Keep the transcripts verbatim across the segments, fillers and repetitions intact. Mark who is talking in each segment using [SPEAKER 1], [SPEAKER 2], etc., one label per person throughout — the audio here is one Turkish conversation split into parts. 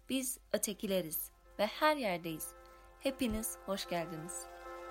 [SPEAKER 1] Biz ötekileriz ve her yerdeyiz. Hepiniz hoş geldiniz.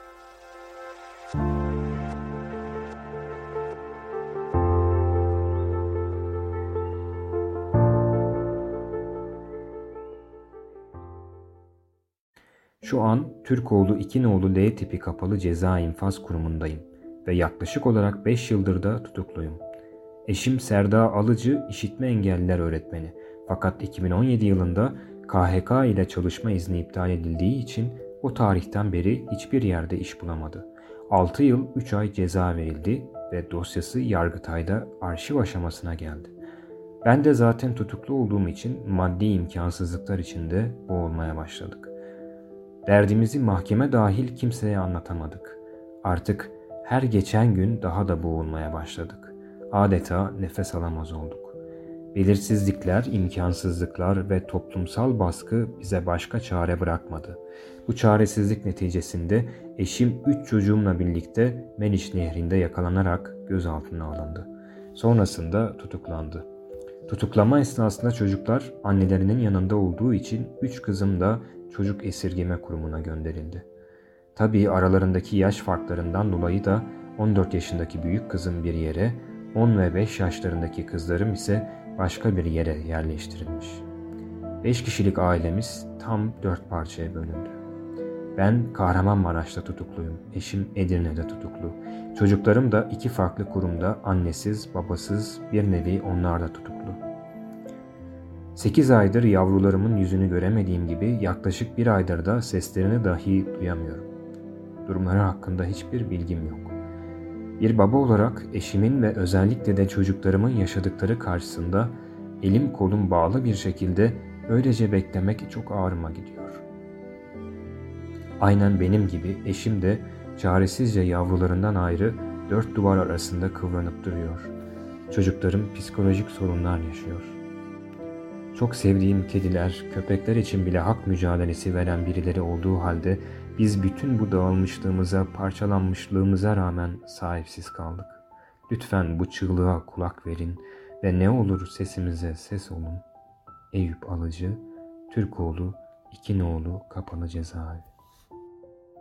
[SPEAKER 2] Şu an Türkoğlu iki nolu L tipi kapalı ceza infaz kurumundayım ve yaklaşık olarak beş yıldır da tutukluyum. Eşim Serda Alıcı işitme engelliler öğretmeni. Fakat iki bin on yedi yılında K H K ile çalışma izni iptal edildiği için o tarihten beri hiçbir yerde iş bulamadı. altı yıl üç ay ceza verildi ve dosyası Yargıtay'da arşiv aşamasına geldi. Ben de zaten tutuklu olduğum için maddi imkansızlıklar içinde boğulmaya başladık. Derdimizi mahkeme dahil kimseye anlatamadık. Artık her geçen gün daha da boğulmaya başladık. Adeta nefes alamaz olduk. Belirsizlikler, imkansızlıklar ve toplumsal baskı bize başka çare bırakmadı. Bu çaresizlik neticesinde eşim üç çocuğumla birlikte Meriç Nehri'nde yakalanarak gözaltına alındı. Sonrasında tutuklandı. Tutuklama esnasında çocuklar annelerinin yanında olduğu için üç kızım da çocuk esirgeme kurumuna gönderildi. Tabii aralarındaki yaş farklarından dolayı da on dört yaşındaki büyük kızım bir yere, on ve beş yaşlarındaki kızlarım ise başka bir yere yerleştirilmiş. beş kişilik ailemiz tam dört parçaya bölündü. Ben Kahramanmaraş'ta tutukluyum, eşim Edirne'de tutuklu. Çocuklarım da iki farklı kurumda annesiz, babasız, bir nevi onlar da tutuklu. sekiz aydır yavrularımın yüzünü göremediğim gibi yaklaşık bir aydır da seslerini dahi duyamıyorum. Durumları hakkında hiçbir bilgim yok. Bir baba olarak eşimin ve özellikle de çocuklarımın yaşadıkları karşısında elim kolum bağlı bir şekilde öylece beklemek çok ağrıma gidiyor. Aynen benim gibi eşim de çaresizce yavrularından ayrı dört duvar arasında kıvranıp duruyor. Çocuklarım psikolojik sorunlar yaşıyor. Çok sevdiğim kediler, köpekler için bile hak mücadelesi veren birileri olduğu halde biz bütün bu dağılmışlığımıza, parçalanmışlığımıza rağmen sahipsiz kaldık. Lütfen bu çığlığa kulak verin ve ne olur sesimize ses olun. Eyüp Alıcı, Türkoğlu iki nolu Kapalı Cezaevi.